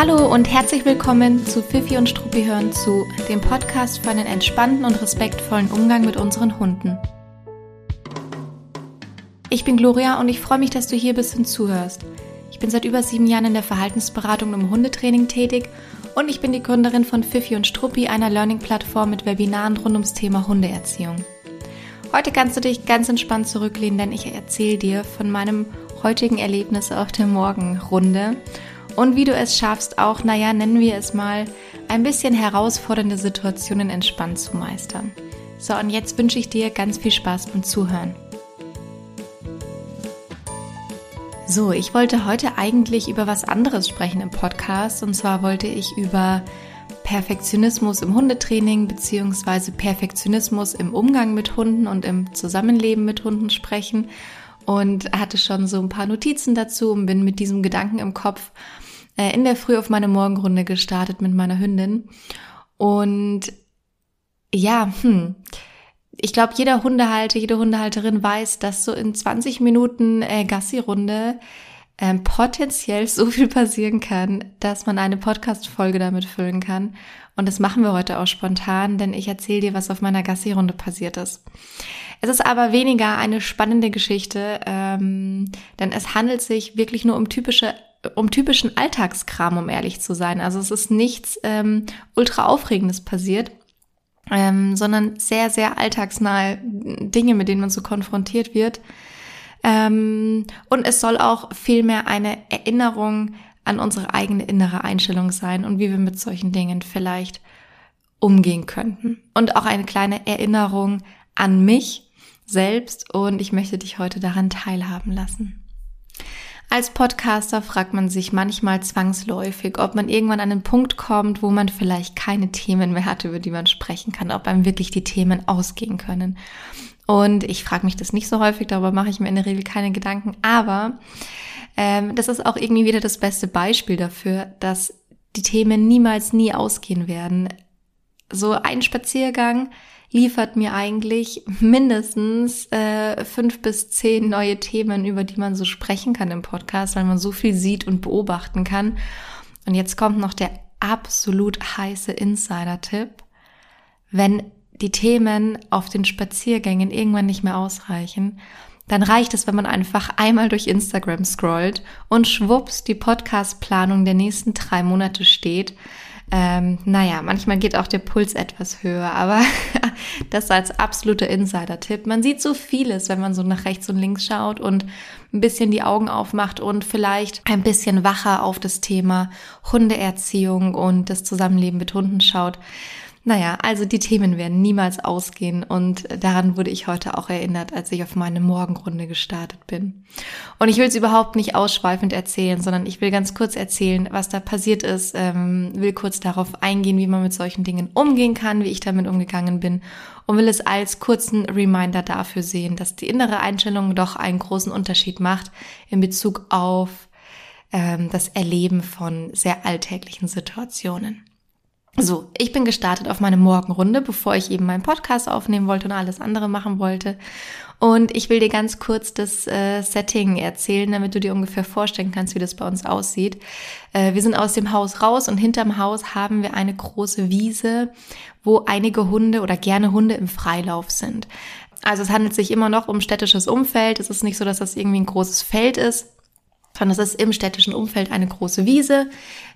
Hallo und herzlich willkommen zu Fifi und Struppi hören zu, dem Podcast für einen entspannten und respektvollen Umgang mit unseren Hunden. Ich bin Gloria und ich freue mich, dass du hier bist und zuhörst. Ich bin seit über 7 Jahren in der Verhaltensberatung und im Hundetraining tätig und ich bin die Gründerin von Fifi und Struppi, einer Learning-Plattform mit Webinaren rund ums Thema Hundeerziehung. Heute kannst du dich ganz entspannt zurücklehnen, denn ich erzähle dir von meinem heutigen Erlebnis auf der Morgenrunde und wie du es schaffst, auch, nennen wir es mal, ein bisschen herausfordernde Situationen entspannt zu meistern. So, und jetzt wünsche ich dir ganz viel Spaß beim Zuhören. So, ich wollte heute eigentlich über was anderes sprechen im Podcast, und zwar wollte ich über Perfektionismus im Hundetraining bzw. Perfektionismus im Umgang mit Hunden und im Zusammenleben mit Hunden sprechen und hatte schon so ein paar Notizen dazu und bin mit diesem Gedanken im Kopf in der Früh auf meine Morgenrunde gestartet mit meiner Hündin. Und ja, ich glaube, jeder Hundehalter, jede Hundehalterin weiß, dass so in 20 Minuten Gassi-Runde potenziell so viel passieren kann, dass man eine Podcast-Folge damit füllen kann. Und das machen wir heute auch spontan, denn ich erzähle dir, was auf meiner Gassi-Runde passiert ist. Es ist aber weniger eine spannende Geschichte, denn es handelt sich wirklich nur um typischen Alltagskram, um ehrlich zu sein. Also es ist nichts ultra Aufregendes passiert, sondern sehr, sehr alltagsnahe Dinge, mit denen man so konfrontiert wird. Und es soll auch vielmehr eine Erinnerung an unsere eigene innere Einstellung sein und wie wir mit solchen Dingen vielleicht umgehen könnten. Und auch eine kleine Erinnerung an mich selbst, und ich möchte dich heute daran teilhaben lassen. Als Podcaster fragt man sich manchmal zwangsläufig, ob man irgendwann an einen Punkt kommt, wo man vielleicht keine Themen mehr hat, über die man sprechen kann, ob einem wirklich die Themen ausgehen können. Und ich frage mich das nicht so häufig, darüber mache ich mir in der Regel keine Gedanken, aber das ist auch irgendwie wieder das beste Beispiel dafür, dass die Themen niemals nie ausgehen werden. So ein Spaziergang liefert mir eigentlich mindestens 5 bis 10 neue Themen, über die man so sprechen kann im Podcast, weil man so viel sieht und beobachten kann. Und jetzt kommt noch der absolut heiße Insider-Tipp. Wenn die Themen auf den Spaziergängen irgendwann nicht mehr ausreichen, dann reicht es, wenn man einfach einmal durch Instagram scrollt und schwupps, die Podcast-Planung der nächsten 3 Monate steht. Manchmal geht auch der Puls etwas höher, aber das als absoluter Insider-Tipp. Man sieht so vieles, wenn man so nach rechts und links schaut und ein bisschen die Augen aufmacht und vielleicht ein bisschen wacher auf das Thema Hundeerziehung und das Zusammenleben mit Hunden schaut. Also die Themen werden niemals ausgehen, und daran wurde ich heute auch erinnert, als ich auf meine Morgenrunde gestartet bin. Und ich will es überhaupt nicht ausschweifend erzählen, sondern ich will ganz kurz erzählen, was da passiert ist, will kurz darauf eingehen, wie man mit solchen Dingen umgehen kann, wie ich damit umgegangen bin, und will es als kurzen Reminder dafür sehen, dass die innere Einstellung doch einen großen Unterschied macht in Bezug auf das Erleben von sehr alltäglichen Situationen. So, ich bin gestartet auf meine Morgenrunde, bevor ich eben meinen Podcast aufnehmen wollte und alles andere machen wollte. Und ich will dir ganz kurz das Setting erzählen, damit du dir ungefähr vorstellen kannst, wie das bei uns aussieht. Wir sind aus dem Haus raus und hinterm Haus haben wir eine große Wiese, wo einige Hunde oder gerne Hunde im Freilauf sind. Also es handelt sich immer noch um städtisches Umfeld. Es ist nicht so, dass das irgendwie ein großes Feld ist, sondern es ist im städtischen Umfeld eine große Wiese,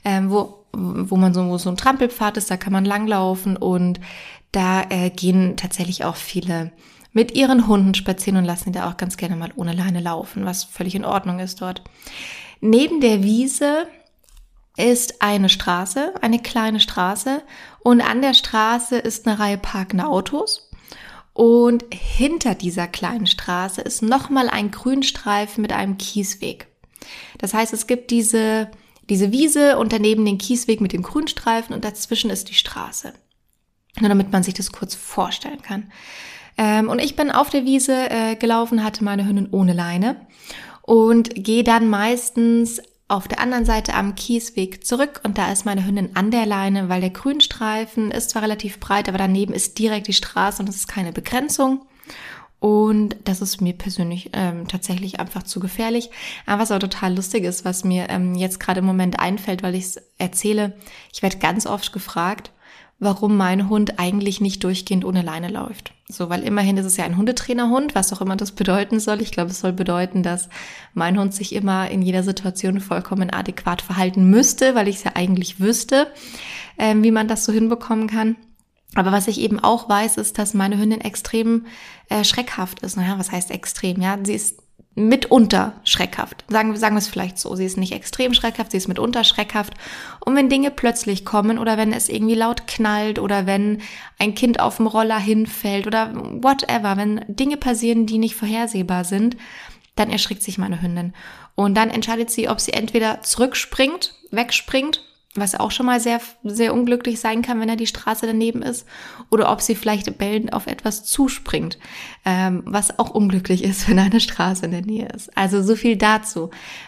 wo so ein Trampelpfad ist, da kann man langlaufen, und da gehen tatsächlich auch viele mit ihren Hunden spazieren und lassen die da auch ganz gerne mal ohne Leine laufen, was völlig in Ordnung ist dort. Neben der Wiese ist eine Straße, eine kleine Straße, und an der Straße ist eine Reihe parkender Autos. Und hinter dieser kleinen Straße ist nochmal ein Grünstreifen mit einem Kiesweg. Das heißt, es gibt diese Wiese und daneben den Kiesweg mit dem Grünstreifen, und dazwischen ist die Straße. Nur damit man sich das kurz vorstellen kann. Und ich bin auf der Wiese gelaufen, hatte meine Hündin ohne Leine und gehe dann meistens auf der anderen Seite am Kiesweg zurück, und da ist meine Hündin an der Leine, weil der Grünstreifen ist zwar relativ breit, aber daneben ist direkt die Straße und es ist keine Begrenzung. Und das ist mir persönlich tatsächlich einfach zu gefährlich. Aber was auch total lustig ist, was mir jetzt gerade im Moment einfällt, weil ich es erzähle, ich werde ganz oft gefragt, warum mein Hund eigentlich nicht durchgehend ohne Leine läuft. So, weil immerhin ist es ja ein Hundetrainerhund, was auch immer das bedeuten soll. Ich glaube, es soll bedeuten, dass mein Hund sich immer in jeder Situation vollkommen adäquat verhalten müsste, weil ich es ja eigentlich wüsste, wie man das so hinbekommen kann. Aber was ich eben auch weiß, ist, dass meine Hündin extrem schreckhaft ist. Naja, was heißt extrem? Ja, sie ist mitunter schreckhaft. Sagen wir es vielleicht so. Sie ist nicht extrem schreckhaft, sie ist mitunter schreckhaft. Und wenn Dinge plötzlich kommen oder wenn es irgendwie laut knallt oder wenn ein Kind auf dem Roller hinfällt oder whatever, wenn Dinge passieren, die nicht vorhersehbar sind, dann erschrickt sich meine Hündin. Und dann entscheidet sie, ob sie entweder zurückspringt, wegspringt, was auch schon mal sehr, sehr unglücklich sein kann, wenn da die Straße daneben ist, oder ob sie vielleicht bellend auf etwas zuspringt, was auch unglücklich ist, wenn eine Straße in der Nähe ist. Also so viel dazu.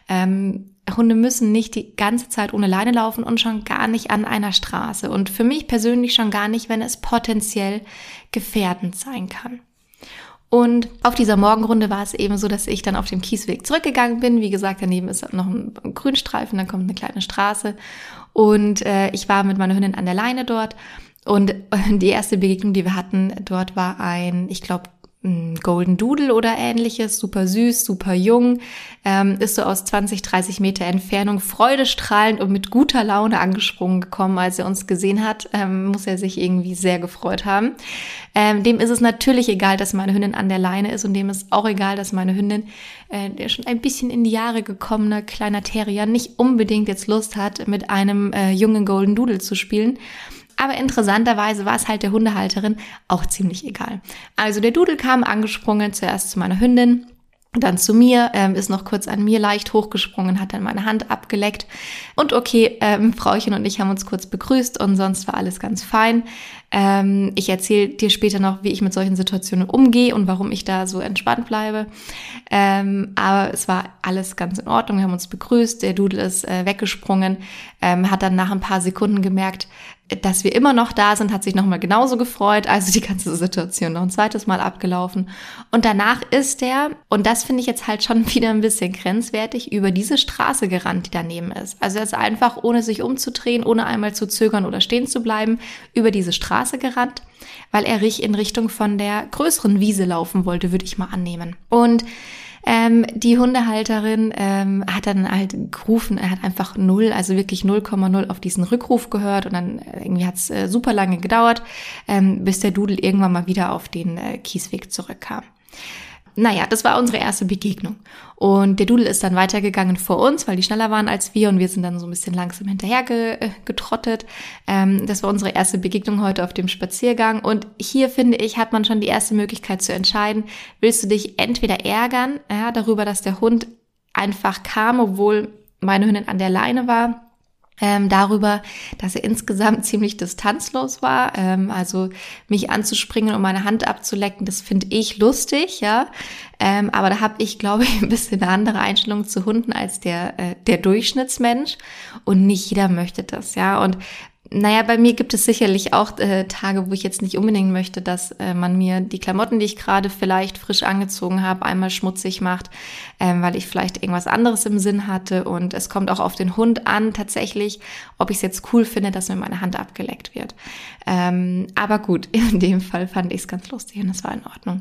Hunde müssen nicht die ganze Zeit ohne Leine laufen und schon gar nicht an einer Straße. Und für mich persönlich schon gar nicht, wenn es potenziell gefährdend sein kann. Und auf dieser Morgenrunde war es eben so, dass ich dann auf dem Kiesweg zurückgegangen bin. Wie gesagt, daneben ist noch ein Grünstreifen, dann kommt eine kleine Straße. Und ich war mit meiner Hündin an der Leine dort. Und die erste Begegnung, die wir hatten dort, war ein, ich glaube, Golden Doodle oder ähnliches, super süß, super jung, ist so aus 20, 30 Meter Entfernung freudestrahlend und mit guter Laune angesprungen gekommen, als er uns gesehen hat, muss er sich irgendwie sehr gefreut haben. Dem ist es natürlich egal, dass meine Hündin an der Leine ist und dem ist auch egal, dass meine Hündin, der schon ein bisschen in die Jahre gekommener kleiner Terrier, nicht unbedingt jetzt Lust hat, mit einem jungen Golden Doodle zu spielen. Aber interessanterweise war es halt der Hundehalterin auch ziemlich egal. Also der Doodle kam angesprungen, zuerst zu meiner Hündin, dann zu mir, ist noch kurz an mir leicht hochgesprungen, hat dann meine Hand abgeleckt. Und okay, Frauchen und ich haben uns kurz begrüßt und sonst war alles ganz fein. Ich erzähle dir später noch, wie ich mit solchen Situationen umgehe und warum ich da so entspannt bleibe. Aber es war alles ganz in Ordnung, wir haben uns begrüßt, der Doodle ist weggesprungen, hat dann nach ein paar Sekunden gemerkt, dass wir immer noch da sind, hat sich nochmal genauso gefreut, also die ganze Situation noch ein zweites Mal abgelaufen. Und danach ist er, und das finde ich jetzt halt schon wieder ein bisschen grenzwertig, über diese Straße gerannt, die daneben ist. Also er ist einfach, ohne sich umzudrehen, ohne einmal zu zögern oder stehen zu bleiben, über diese Straße gerannt, weil er in Richtung von der größeren Wiese laufen wollte, würde ich mal annehmen. Und die Hundehalterin hat dann halt gerufen, er hat einfach 0, also wirklich 0,0 auf diesen Rückruf gehört und dann irgendwie hat es super lange gedauert, bis der Doodle irgendwann mal wieder auf den Kiesweg zurückkam. Naja, das war unsere erste Begegnung. Und der Doodle ist dann weitergegangen vor uns, weil die schneller waren als wir und wir sind dann so ein bisschen langsam hinterher getrottet. Das war unsere erste Begegnung heute auf dem Spaziergang. Und hier, finde ich, hat man schon die erste Möglichkeit zu entscheiden, willst du dich entweder ärgern, ja, darüber, dass der Hund einfach kam, obwohl meine Hündin an der Leine war, darüber, dass er insgesamt ziemlich distanzlos war, also mich anzuspringen und meine Hand abzulecken, das finde ich lustig, ja, aber da habe ich, glaube ich, ein bisschen eine andere Einstellung zu Hunden als der Durchschnittsmensch und nicht jeder möchte das, ja, und naja, bei mir gibt es sicherlich auch Tage, wo ich jetzt nicht unbedingt möchte, dass man mir die Klamotten, die ich gerade vielleicht frisch angezogen habe, einmal schmutzig macht, weil ich vielleicht irgendwas anderes im Sinn hatte. Und es kommt auch auf den Hund an, tatsächlich, ob ich es jetzt cool finde, dass mir meine Hand abgeleckt wird. Aber gut, in dem Fall fand ich es ganz lustig und das war in Ordnung.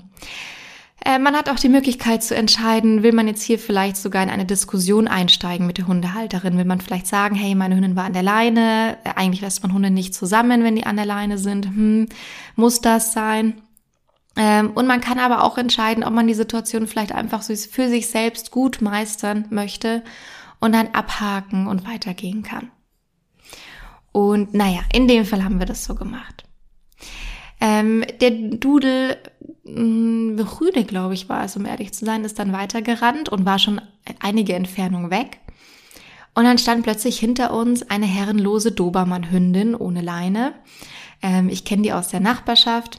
Man hat auch die Möglichkeit zu entscheiden, will man jetzt hier vielleicht sogar in eine Diskussion einsteigen mit der Hundehalterin? Will man vielleicht sagen, hey, meine Hündin war an der Leine, eigentlich lässt man Hunde nicht zusammen, wenn die an der Leine sind, muss das sein? Und man kann aber auch entscheiden, ob man die Situation vielleicht einfach so für sich selbst gut meistern möchte und dann abhaken und weitergehen kann. Und naja, in dem Fall haben wir das so gemacht. Der Doodle, Rüde, glaube ich, war es, um ehrlich zu sein, ist dann weitergerannt und war schon einige Entfernung weg. Und dann stand plötzlich hinter uns eine herrenlose Dobermann-Hündin ohne Leine. Ich kenne die aus der Nachbarschaft.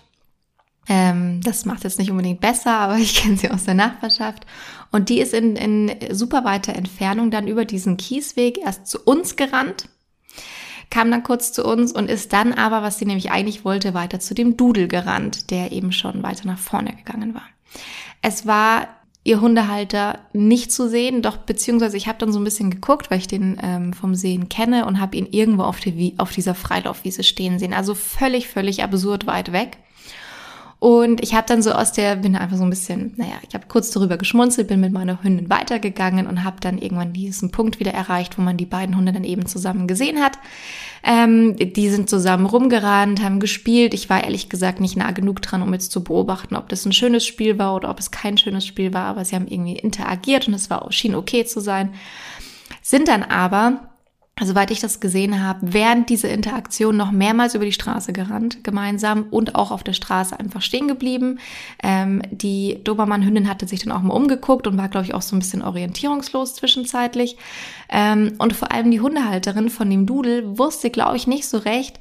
Das macht jetzt nicht unbedingt besser, aber ich kenne sie aus der Nachbarschaft. Und die ist in super weiter Entfernung dann über diesen Kiesweg erst zu uns gerannt, kam dann kurz zu uns und ist dann aber, was sie nämlich eigentlich wollte, weiter zu dem Doodle gerannt, der eben schon weiter nach vorne gegangen war. Es war ihr Hundehalter nicht zu sehen, doch beziehungsweise ich habe dann so ein bisschen geguckt, weil ich den vom Sehen kenne und habe ihn irgendwo auf dieser Freilaufwiese stehen sehen. Also völlig, völlig absurd weit weg. Und ich habe dann bin einfach so ein bisschen, ich habe kurz darüber geschmunzelt, bin mit meiner Hündin weitergegangen und habe dann irgendwann diesen Punkt wieder erreicht, wo man die beiden Hunde dann eben zusammen gesehen hat. Die sind zusammen rumgerannt, haben gespielt. Ich war ehrlich gesagt nicht nah genug dran, um jetzt zu beobachten, ob das ein schönes Spiel war oder ob es kein schönes Spiel war, aber sie haben irgendwie interagiert und es schien okay zu sein. Sind dann aber, soweit ich das gesehen habe, während dieser Interaktion noch mehrmals über die Straße gerannt, gemeinsam und auch auf der Straße einfach stehen geblieben. Die Dobermann-Hündin hatte sich dann auch mal umgeguckt und war, glaube ich, auch so ein bisschen orientierungslos zwischenzeitlich. Und vor allem die Hundehalterin von dem Dudel wusste, glaube ich, nicht so recht,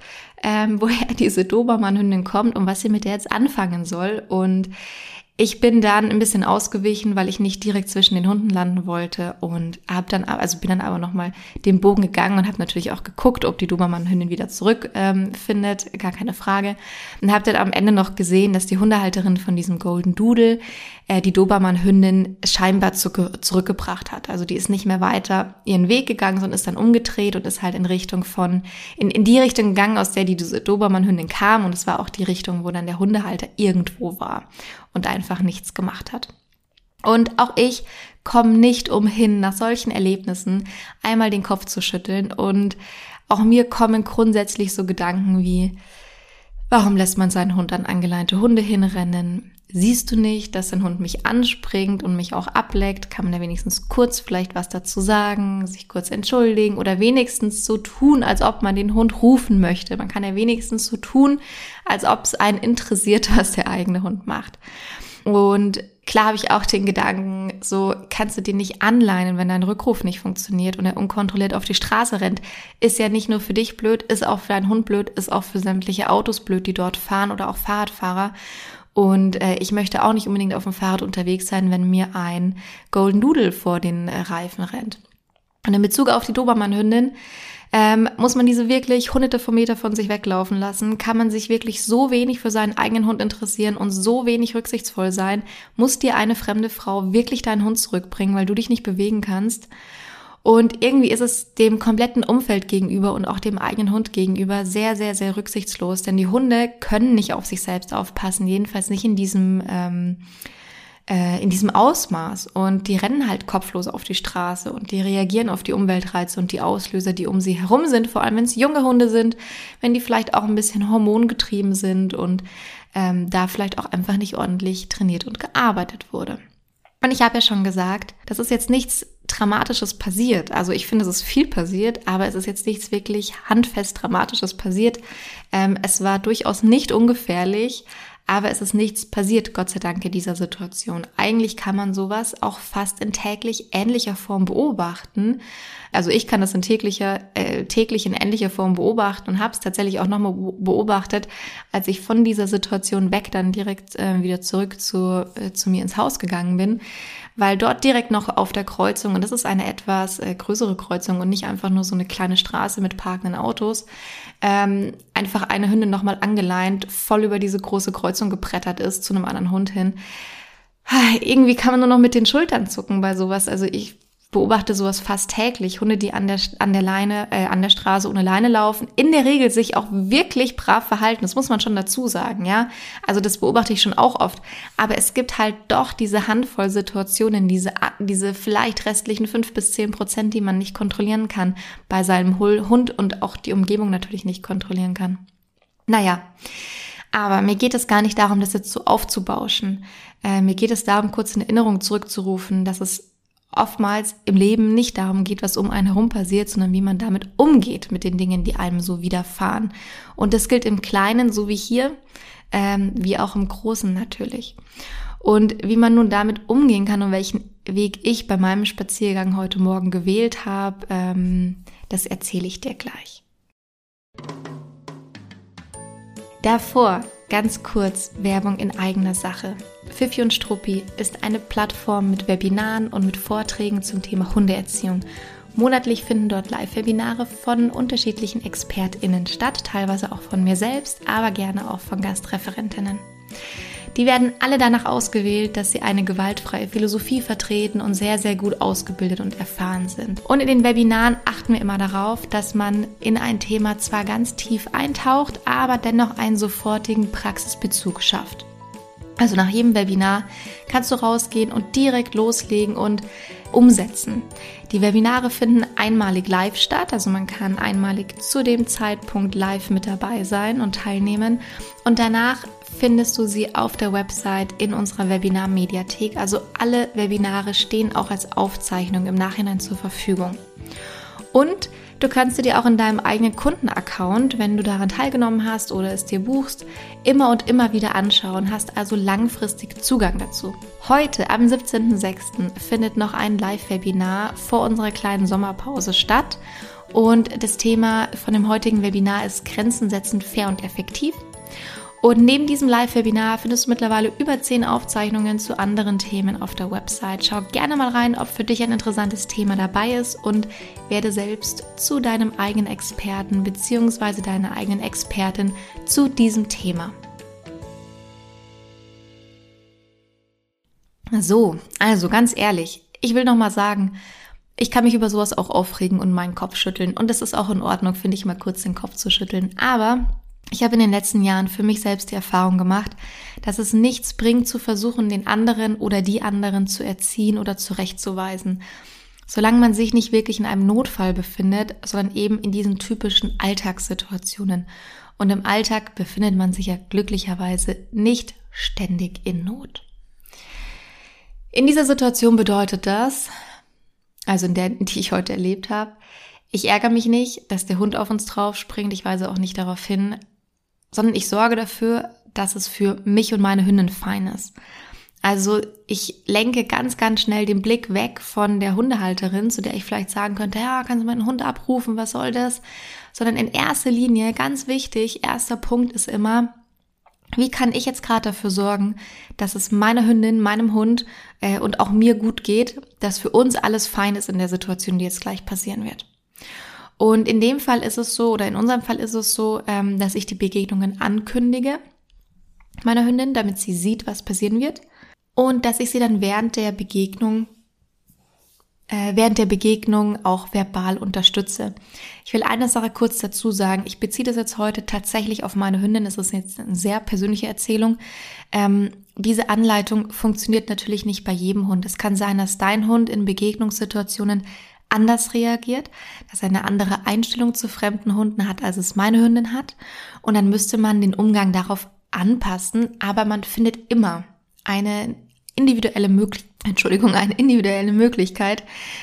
woher diese Dobermann-Hündin kommt und was sie mit der jetzt anfangen soll. Und ich bin dann ein bisschen ausgewichen, weil ich nicht direkt zwischen den Hunden landen wollte und bin dann aber nochmal den Bogen gegangen und habe natürlich auch geguckt, ob die Dobermann-Hündin wieder zurück findet, gar keine Frage. Und habe dann am Ende noch gesehen, dass die Hundehalterin von diesem Golden Doodle die Dobermann-Hündin scheinbar zurückgebracht hat. Also die ist nicht mehr weiter ihren Weg gegangen, sondern ist dann umgedreht und ist halt in die Richtung gegangen, aus der die Dobermann-Hündin kam. Und es war auch die Richtung, wo dann der Hundehalter irgendwo war und einfach nichts gemacht hat. Und auch ich komme nicht umhin, nach solchen Erlebnissen einmal den Kopf zu schütteln. Und auch mir kommen grundsätzlich so Gedanken wie, warum lässt man seinen Hund an angeleinte Hunde hinrennen? Siehst du nicht, dass dein Hund mich anspringt und mich auch ableckt? Kann man da wenigstens kurz vielleicht was dazu sagen, sich kurz entschuldigen oder wenigstens so tun, als ob man den Hund rufen möchte? Man kann ja wenigstens so tun, als ob es einen interessiert, was der eigene Hund macht. Und klar habe ich auch den Gedanken, so kannst du den nicht anleinen, wenn dein Rückruf nicht funktioniert und er unkontrolliert auf die Straße rennt. Ist ja nicht nur für dich blöd, ist auch für deinen Hund blöd, ist auch für sämtliche Autos blöd, die dort fahren oder auch Fahrradfahrer. Und ich möchte auch nicht unbedingt auf dem Fahrrad unterwegs sein, wenn mir ein Golden Doodle vor den Reifen rennt. Und in Bezug auf die Dobermann-Hündin muss man diese wirklich hunderte von Meter von sich weglaufen lassen? Kann man sich wirklich so wenig für seinen eigenen Hund interessieren und so wenig rücksichtsvoll sein? Muss dir eine fremde Frau wirklich deinen Hund zurückbringen, weil du dich nicht bewegen kannst? Und irgendwie ist es dem kompletten Umfeld gegenüber und auch dem eigenen Hund gegenüber sehr, sehr, sehr rücksichtslos. Denn die Hunde können nicht auf sich selbst aufpassen, jedenfalls nicht in diesem Ausmaß. Und die rennen halt kopflos auf die Straße und die reagieren auf die Umweltreize und die Auslöser, die um sie herum sind. Vor allem, wenn es junge Hunde sind, wenn die vielleicht auch ein bisschen hormongetrieben sind und da vielleicht auch einfach nicht ordentlich trainiert und gearbeitet wurde. Und ich habe ja schon gesagt, das ist jetzt nichts Dramatisches passiert. Also ich finde, es ist viel passiert, aber es ist jetzt nichts wirklich handfest Dramatisches passiert. Es war durchaus nicht ungefährlich, aber es ist nichts passiert, Gott sei Dank, in dieser Situation. Eigentlich kann man sowas auch fast in täglich ähnlicher Form beobachten. Also ich kann das täglich in ähnlicher Form beobachten und habe es tatsächlich auch nochmal beobachtet, als ich von dieser Situation weg dann direkt wieder zurück zu mir ins Haus gegangen bin, weil dort direkt noch auf der Kreuzung, und das ist eine etwas größere Kreuzung und nicht einfach nur so eine kleine Straße mit parkenden Autos, einfach eine Hündin nochmal angeleint, voll über diese große Kreuzung gebrettert ist zu einem anderen Hund hin. Irgendwie kann man nur noch mit den Schultern zucken bei sowas. Also ich beobachte sowas fast täglich. Hunde, die an der Straße ohne Leine laufen, in der Regel sich auch wirklich brav verhalten. Das muss man schon dazu sagen, ja. Also das beobachte ich schon auch oft. Aber es gibt halt doch diese Handvoll Situationen, diese vielleicht restlichen 5-10%, die man nicht kontrollieren kann bei seinem Hund und auch die Umgebung natürlich nicht kontrollieren kann. Naja, aber mir geht es gar nicht darum, das jetzt so aufzubauschen. Mir geht es darum, kurz in Erinnerung zurückzurufen, dass es oftmals im Leben nicht darum geht, was um einen herum passiert, sondern wie man damit umgeht, mit den Dingen, die einem so widerfahren. Und das gilt im Kleinen, so wie hier, wie auch im Großen natürlich. Und wie man nun damit umgehen kann und welchen Weg ich bei meinem Spaziergang heute Morgen gewählt habe, das erzähle ich dir gleich. Davor ganz kurz Werbung in eigener Sache. Pfiffi und Struppi ist eine Plattform mit Webinaren und mit Vorträgen zum Thema Hundeerziehung. Monatlich finden dort Live-Webinare von unterschiedlichen ExpertInnen statt, teilweise auch von mir selbst, aber gerne auch von Gastreferentinnen. Die werden alle danach ausgewählt, dass sie eine gewaltfreie Philosophie vertreten und sehr, sehr gut ausgebildet und erfahren sind. Und in den Webinaren achten wir immer darauf, dass man in ein Thema zwar ganz tief eintaucht, aber dennoch einen sofortigen Praxisbezug schafft. Also nach jedem Webinar kannst du rausgehen und direkt loslegen und umsetzen. Die Webinare finden einmalig live statt, also man kann einmalig zu dem Zeitpunkt live mit dabei sein und teilnehmen. Und danach findest du sie auf der Website in unserer Webinar-Mediathek. Also alle Webinare stehen auch als Aufzeichnung im Nachhinein zur Verfügung. Und du kannst dir auch in deinem eigenen Kundenaccount, wenn du daran teilgenommen hast oder es dir buchst, immer und immer wieder anschauen, hast also langfristig Zugang dazu. Heute, am 17.06., findet noch ein Live-Webinar vor unserer kleinen Sommerpause statt. Und das Thema von dem heutigen Webinar ist Grenzen setzen, fair und effektiv. Und neben diesem Live-Webinar findest du mittlerweile über 10 Aufzeichnungen zu anderen Themen auf der Website. Schau gerne mal rein, ob für dich ein interessantes Thema dabei ist und werde selbst zu deinem eigenen Experten bzw. deiner eigenen Expertin zu diesem Thema. So, also ganz ehrlich, ich will nochmal sagen, ich kann mich über sowas auch aufregen und meinen Kopf schütteln. Und es ist auch in Ordnung, finde ich, mal kurz den Kopf zu schütteln. Aber ich habe in den letzten Jahren für mich selbst die Erfahrung gemacht, dass es nichts bringt, zu versuchen, den anderen oder die anderen zu erziehen oder zurechtzuweisen, solange man sich nicht wirklich in einem Notfall befindet, sondern eben in diesen typischen Alltagssituationen. Und im Alltag befindet man sich ja glücklicherweise nicht ständig in Not. In dieser Situation bedeutet das, also in der, die ich heute erlebt habe, ich ärgere mich nicht, dass der Hund auf uns drauf springt, ich weise auch nicht darauf hin, sondern ich sorge dafür, dass es für mich und meine Hündin fein ist. Also ich lenke ganz, ganz schnell den Blick weg von der Hundehalterin, zu der ich vielleicht sagen könnte, ja, kannst du meinen Hund abrufen, was soll das? Sondern in erster Linie, ganz wichtig, erster Punkt ist immer, wie kann ich jetzt gerade dafür sorgen, dass es meiner Hündin, meinem Hund und auch mir gut geht, dass für uns alles fein ist in der Situation, die jetzt gleich passieren wird. Und in dem Fall ist es so, oder in unserem Fall ist es so, dass ich die Begegnungen ankündige, meiner Hündin, damit sie sieht, was passieren wird. Und dass ich sie dann während der Begegnung auch verbal unterstütze. Ich will eine Sache kurz dazu sagen. Ich beziehe das jetzt heute tatsächlich auf meine Hündin. Es ist jetzt eine sehr persönliche Erzählung. Diese Anleitung funktioniert natürlich nicht bei jedem Hund. Es kann sein, dass dein Hund in Begegnungssituationen anders reagiert, dass er eine andere Einstellung zu fremden Hunden hat, als es meine Hündin hat. Und dann müsste man den Umgang darauf anpassen, aber man findet immer eine individuelle Möglichkeit,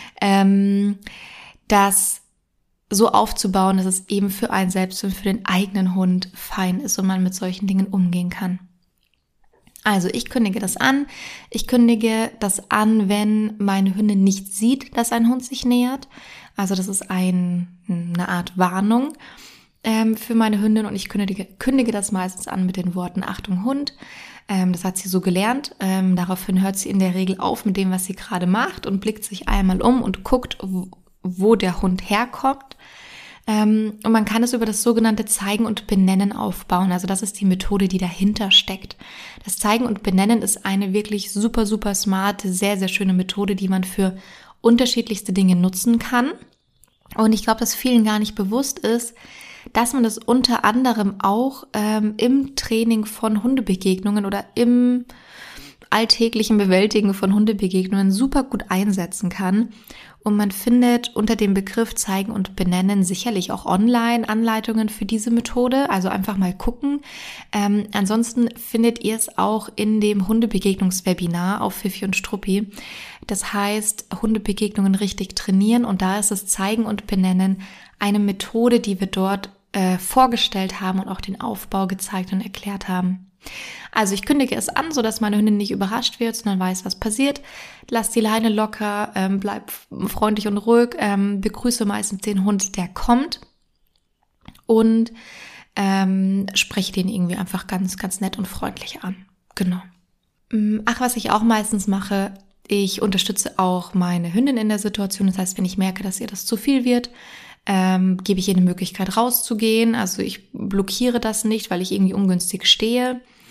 das so aufzubauen, dass es eben für einen selbst und für den eigenen Hund fein ist und man mit solchen Dingen umgehen kann. Also ich kündige das an. Ich kündige das an, wenn meine Hündin nicht sieht, dass ein Hund sich nähert. Also das ist eine Art Warnung für meine Hündin und ich kündige das meistens an mit den Worten Achtung Hund. Das hat sie so gelernt. Daraufhin hört sie in der Regel auf mit dem, was sie gerade macht und blickt sich einmal um und guckt, wo der Hund herkommt. Und man kann es über das sogenannte Zeigen und Benennen aufbauen. Also das ist die Methode, die dahinter steckt. Das Zeigen und Benennen ist eine wirklich super, super smarte, sehr, sehr schöne Methode, die man für unterschiedlichste Dinge nutzen kann. Und ich glaube, dass vielen gar nicht bewusst ist, dass man das unter anderem auch im Training von Hundebegegnungen oder im alltäglichen Bewältigen von Hundebegegnungen super gut einsetzen kann. Und man findet unter dem Begriff Zeigen und Benennen sicherlich auch online Anleitungen für diese Methode. Also einfach mal gucken. Ansonsten findet ihr es auch in dem Hundebegegnungswebinar auf Fifi und Struppi. Das heißt, Hundebegegnungen richtig trainieren. Und da ist das Zeigen und Benennen eine Methode, die wir dort vorgestellt haben und auch den Aufbau gezeigt und erklärt haben. Also ich kündige es an, sodass meine Hündin nicht überrascht wird, sondern weiß, was passiert. Lass die Leine locker, bleib freundlich und ruhig, begrüße meistens den Hund, der kommt und spreche den irgendwie einfach ganz, ganz nett und freundlich an. Genau. Ach, was ich auch meistens mache, ich unterstütze auch meine Hündin in der Situation. Das heißt, wenn ich merke, dass ihr das zu viel wird, gebe ich ihr eine Möglichkeit rauszugehen. Also ich blockiere das nicht, weil ich irgendwie ungünstig stehe.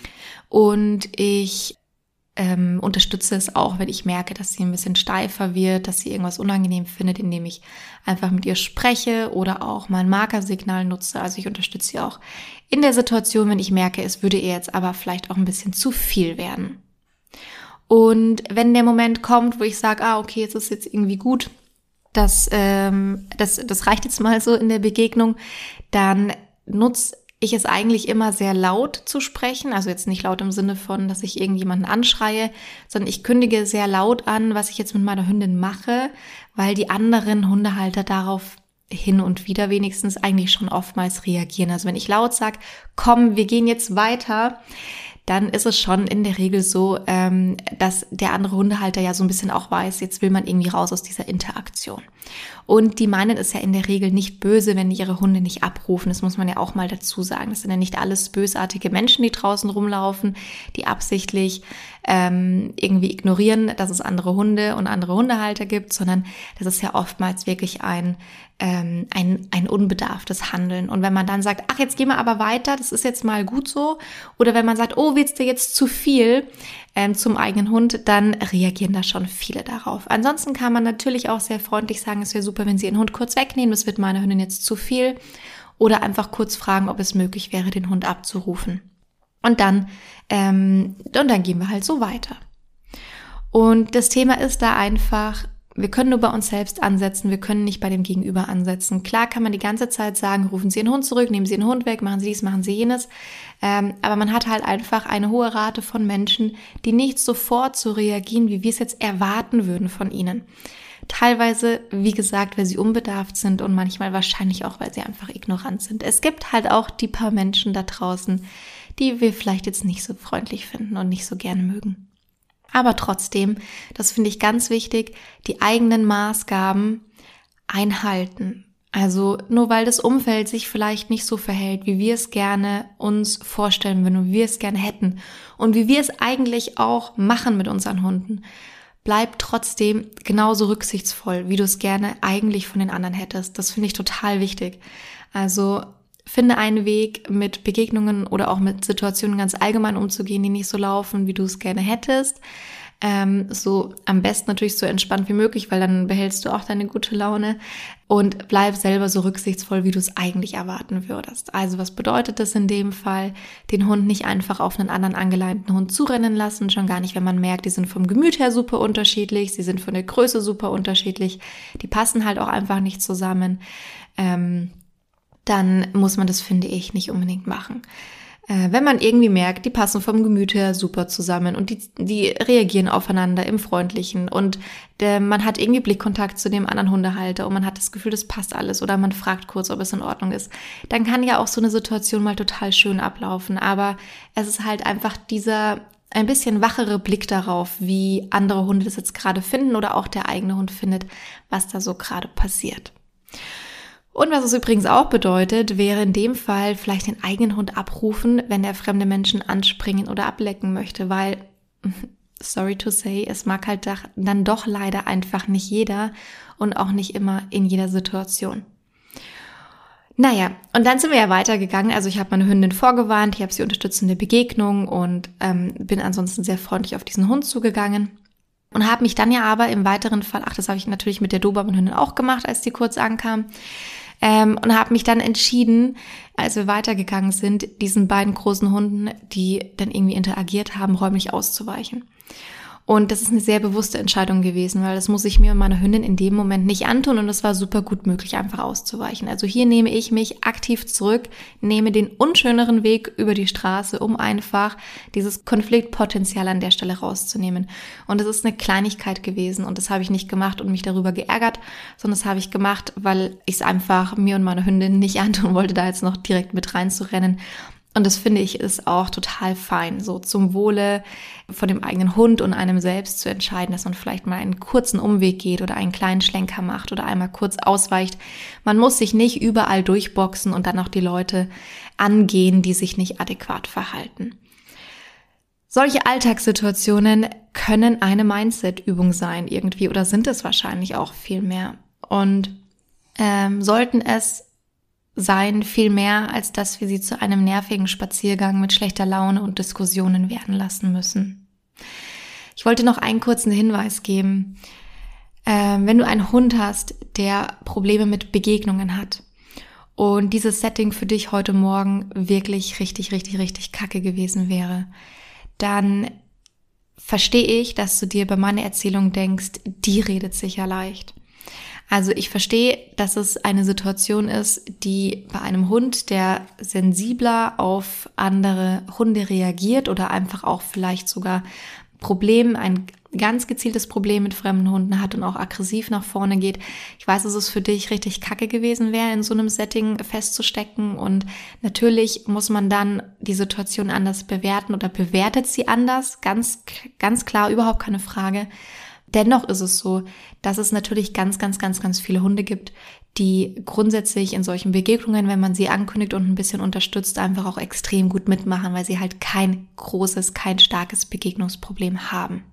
Und ich unterstütze es auch, wenn ich merke, dass sie ein bisschen steifer wird, dass sie irgendwas unangenehm findet, indem ich einfach mit ihr spreche oder auch mal ein Markersignal nutze. Also ich unterstütze sie auch in der Situation, wenn ich merke, es würde ihr jetzt aber vielleicht auch ein bisschen zu viel werden. Und wenn der Moment kommt, wo ich sage, okay, es ist jetzt irgendwie gut, das reicht jetzt mal so in der Begegnung, dann nutze ich es eigentlich immer sehr laut zu sprechen, also jetzt nicht laut im Sinne von, dass ich irgendjemanden anschreie, sondern ich kündige sehr laut an, was ich jetzt mit meiner Hündin mache, weil die anderen Hundehalter darauf hin und wieder wenigstens eigentlich schon oftmals reagieren. Also wenn ich laut sage, komm, wir gehen jetzt weiter, dann ist es schon in der Regel so, dass der andere Hundehalter ja so ein bisschen auch weiß, jetzt will man irgendwie raus aus dieser Interaktion. Und die meinen es ja in der Regel nicht böse, wenn die ihre Hunde nicht abrufen. Das muss man ja auch mal dazu sagen. Das sind ja nicht alles bösartige Menschen, die draußen rumlaufen, die absichtlich irgendwie ignorieren, dass es andere Hunde und andere Hundehalter gibt, sondern das ist ja oftmals wirklich ein unbedarftes Handeln. Und wenn man dann sagt, ach, jetzt gehen wir aber weiter, das ist jetzt mal gut so, oder wenn man sagt, oh, wird's dir jetzt zu viel zum eigenen Hund, dann reagieren da schon viele darauf. Ansonsten kann man natürlich auch sehr freundlich sagen, es wäre super, wenn Sie Ihren Hund kurz wegnehmen, das wird meiner Hündin jetzt zu viel, oder einfach kurz fragen, ob es möglich wäre, den Hund abzurufen. Und dann gehen wir halt so weiter. Und das Thema ist da einfach, wir können nur bei uns selbst ansetzen, wir können nicht bei dem Gegenüber ansetzen. Klar kann man die ganze Zeit sagen, rufen Sie Ihren Hund zurück, nehmen Sie Ihren Hund weg, machen Sie dies, machen Sie jenes. Aber man hat halt einfach eine hohe Rate von Menschen, die nicht sofort so reagieren, wie wir es jetzt erwarten würden von ihnen. Teilweise, wie gesagt, weil sie unbedarft sind und manchmal wahrscheinlich auch, weil sie einfach ignorant sind. Es gibt halt auch die paar Menschen da draußen, die wir vielleicht jetzt nicht so freundlich finden und nicht so gerne mögen. Aber trotzdem, das finde ich ganz wichtig, die eigenen Maßgaben einhalten. Also nur weil das Umfeld sich vielleicht nicht so verhält, wie wir es gerne uns vorstellen würden und wie wir es gerne hätten und wie wir es eigentlich auch machen mit unseren Hunden, bleib trotzdem genauso rücksichtsvoll, wie du es gerne eigentlich von den anderen hättest. Das finde ich total wichtig. Also finde einen Weg, mit Begegnungen oder auch mit Situationen ganz allgemein umzugehen, die nicht so laufen, wie du es gerne hättest. So am besten natürlich so entspannt wie möglich, weil dann behältst du auch deine gute Laune und bleib selber so rücksichtsvoll, wie du es eigentlich erwarten würdest. Also was bedeutet das in dem Fall? Den Hund nicht einfach auf einen anderen angeleinten Hund zurennen lassen, schon gar nicht, wenn man merkt, die sind vom Gemüt her super unterschiedlich, sie sind von der Größe super unterschiedlich, die passen halt auch einfach nicht zusammen. Dann muss man das, finde ich, nicht unbedingt machen. Wenn man irgendwie merkt, die passen vom Gemüt her super zusammen und die reagieren aufeinander im Freundlichen und man hat irgendwie Blickkontakt zu dem anderen Hundehalter und man hat das Gefühl, das passt alles oder man fragt kurz, ob es in Ordnung ist, dann kann ja auch so eine Situation mal total schön ablaufen. Aber es ist halt einfach dieser ein bisschen wachere Blick darauf, wie andere Hunde das jetzt gerade finden oder auch der eigene Hund findet, was da so gerade passiert. Und was es übrigens auch bedeutet, wäre in dem Fall vielleicht den eigenen Hund abrufen, wenn der fremde Menschen anspringen oder ablecken möchte, weil, sorry to say, es mag halt dann doch leider einfach nicht jeder und auch nicht immer in jeder Situation. Naja, und dann sind wir ja weitergegangen. Also ich habe meine Hündin vorgewarnt, ich habe sie unterstützt in der Begegnung und bin ansonsten sehr freundlich auf diesen Hund zugegangen. Und habe mich dann ja aber im weiteren Fall, das habe ich natürlich mit der Dobermann-Hündin auch gemacht, als die kurz ankam, und habe mich dann entschieden, als wir weitergegangen sind, diesen beiden großen Hunden, die dann irgendwie interagiert haben, räumlich auszuweichen. Und das ist eine sehr bewusste Entscheidung gewesen, weil das muss ich mir und meiner Hündin in dem Moment nicht antun und es war super gut möglich, einfach auszuweichen. Also hier nehme ich mich aktiv zurück, nehme den unschöneren Weg über die Straße, um einfach dieses Konfliktpotenzial an der Stelle rauszunehmen. Und das ist eine Kleinigkeit gewesen und das habe ich nicht gemacht und mich darüber geärgert, sondern das habe ich gemacht, weil ich es einfach mir und meiner Hündin nicht antun wollte, da jetzt noch direkt mit reinzurennen. Und das finde ich ist auch total fein, so zum Wohle von dem eigenen Hund und einem selbst zu entscheiden, dass man vielleicht mal einen kurzen Umweg geht oder einen kleinen Schlenker macht oder einmal kurz ausweicht. Man muss sich nicht überall durchboxen und dann auch die Leute angehen, die sich nicht adäquat verhalten. Solche Alltagssituationen können eine Mindset-Übung sein irgendwie oder sind es wahrscheinlich auch viel mehr und sollten es sein, viel mehr, als dass wir sie zu einem nervigen Spaziergang mit schlechter Laune und Diskussionen werden lassen müssen. Ich wollte noch einen kurzen Hinweis geben. Wenn du einen Hund hast, der Probleme mit Begegnungen hat und dieses Setting für dich heute Morgen wirklich richtig kacke gewesen wäre, dann verstehe ich, dass du dir bei meiner Erzählung denkst, die redet sich ja leicht. Also ich verstehe, dass es eine Situation ist, die bei einem Hund, der sensibler auf andere Hunde reagiert oder einfach auch vielleicht sogar ein ganz gezieltes Problem mit fremden Hunden hat und auch aggressiv nach vorne geht. Ich weiß, dass es für dich richtig kacke gewesen wäre, in so einem Setting festzustecken, und natürlich muss man dann die Situation anders bewerten oder bewertet sie anders, ganz klar, überhaupt keine Frage. Dennoch ist es so, dass es natürlich ganz viele Hunde gibt, die grundsätzlich in solchen Begegnungen, wenn man sie ankündigt und ein bisschen unterstützt, einfach auch extrem gut mitmachen, weil sie halt kein starkes Begegnungsproblem haben.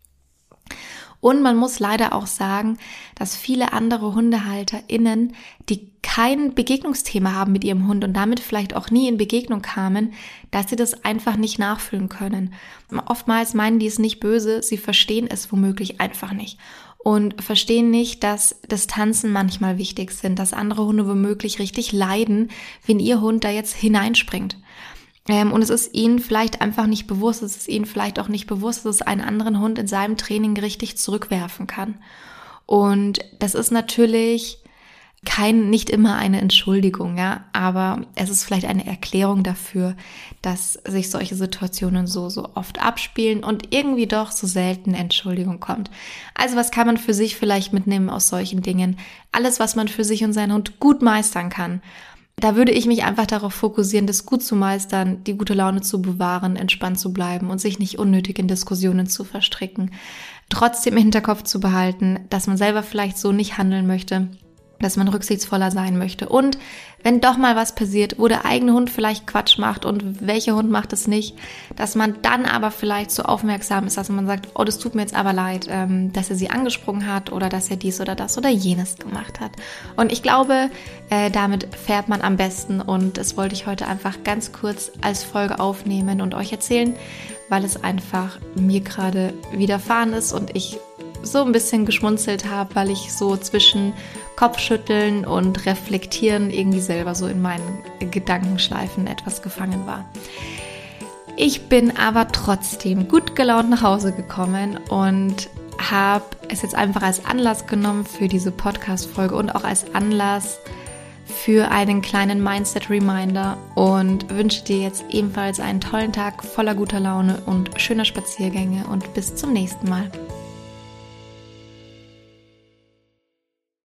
Und man muss leider auch sagen, dass viele andere HundehalterInnen, die kein Begegnungsthema haben mit ihrem Hund und damit vielleicht auch nie in Begegnung kamen, dass sie das einfach nicht nachfühlen können. Oftmals meinen die es nicht böse, sie verstehen es womöglich einfach nicht. Und verstehen nicht, dass Distanzen manchmal wichtig sind, dass andere Hunde womöglich richtig leiden, wenn ihr Hund da jetzt hineinspringt. Und es ist ihnen vielleicht einfach nicht bewusst, es ist ihnen vielleicht auch nicht bewusst, dass es einen anderen Hund in seinem Training richtig zurückwerfen kann. Und das ist natürlich nicht immer eine Entschuldigung, ja, aber es ist vielleicht eine Erklärung dafür, dass sich solche Situationen so oft abspielen und irgendwie doch so selten Entschuldigung kommt. Also was kann man für sich vielleicht mitnehmen aus solchen Dingen? Alles, was man für sich und seinen Hund gut meistern kann. Da würde ich mich einfach darauf fokussieren, das gut zu meistern, die gute Laune zu bewahren, entspannt zu bleiben und sich nicht unnötig in Diskussionen zu verstricken. Trotzdem im Hinterkopf zu behalten, dass man selber vielleicht so nicht handeln möchte, dass man rücksichtsvoller sein möchte. Und wenn doch mal was passiert, wo der eigene Hund vielleicht Quatsch macht und welcher Hund macht es nicht, dass man dann aber vielleicht so aufmerksam ist, dass man sagt, oh, das tut mir jetzt aber leid, dass er sie angesprungen hat oder dass er dies oder das oder jenes gemacht hat. Und ich glaube, damit fährt man am besten, und das wollte ich heute einfach ganz kurz als Folge aufnehmen und euch erzählen, weil es einfach mir gerade widerfahren ist und ich so ein bisschen geschmunzelt habe, weil ich so zwischen Kopfschütteln und Reflektieren irgendwie selber so in meinen Gedankenschleifen etwas gefangen war. Ich bin aber trotzdem gut gelaunt nach Hause gekommen und habe es jetzt einfach als Anlass genommen für diese Podcast-Folge und auch als Anlass für einen kleinen Mindset-Reminder und wünsche dir jetzt ebenfalls einen tollen Tag voller guter Laune und schöner Spaziergänge und bis zum nächsten Mal.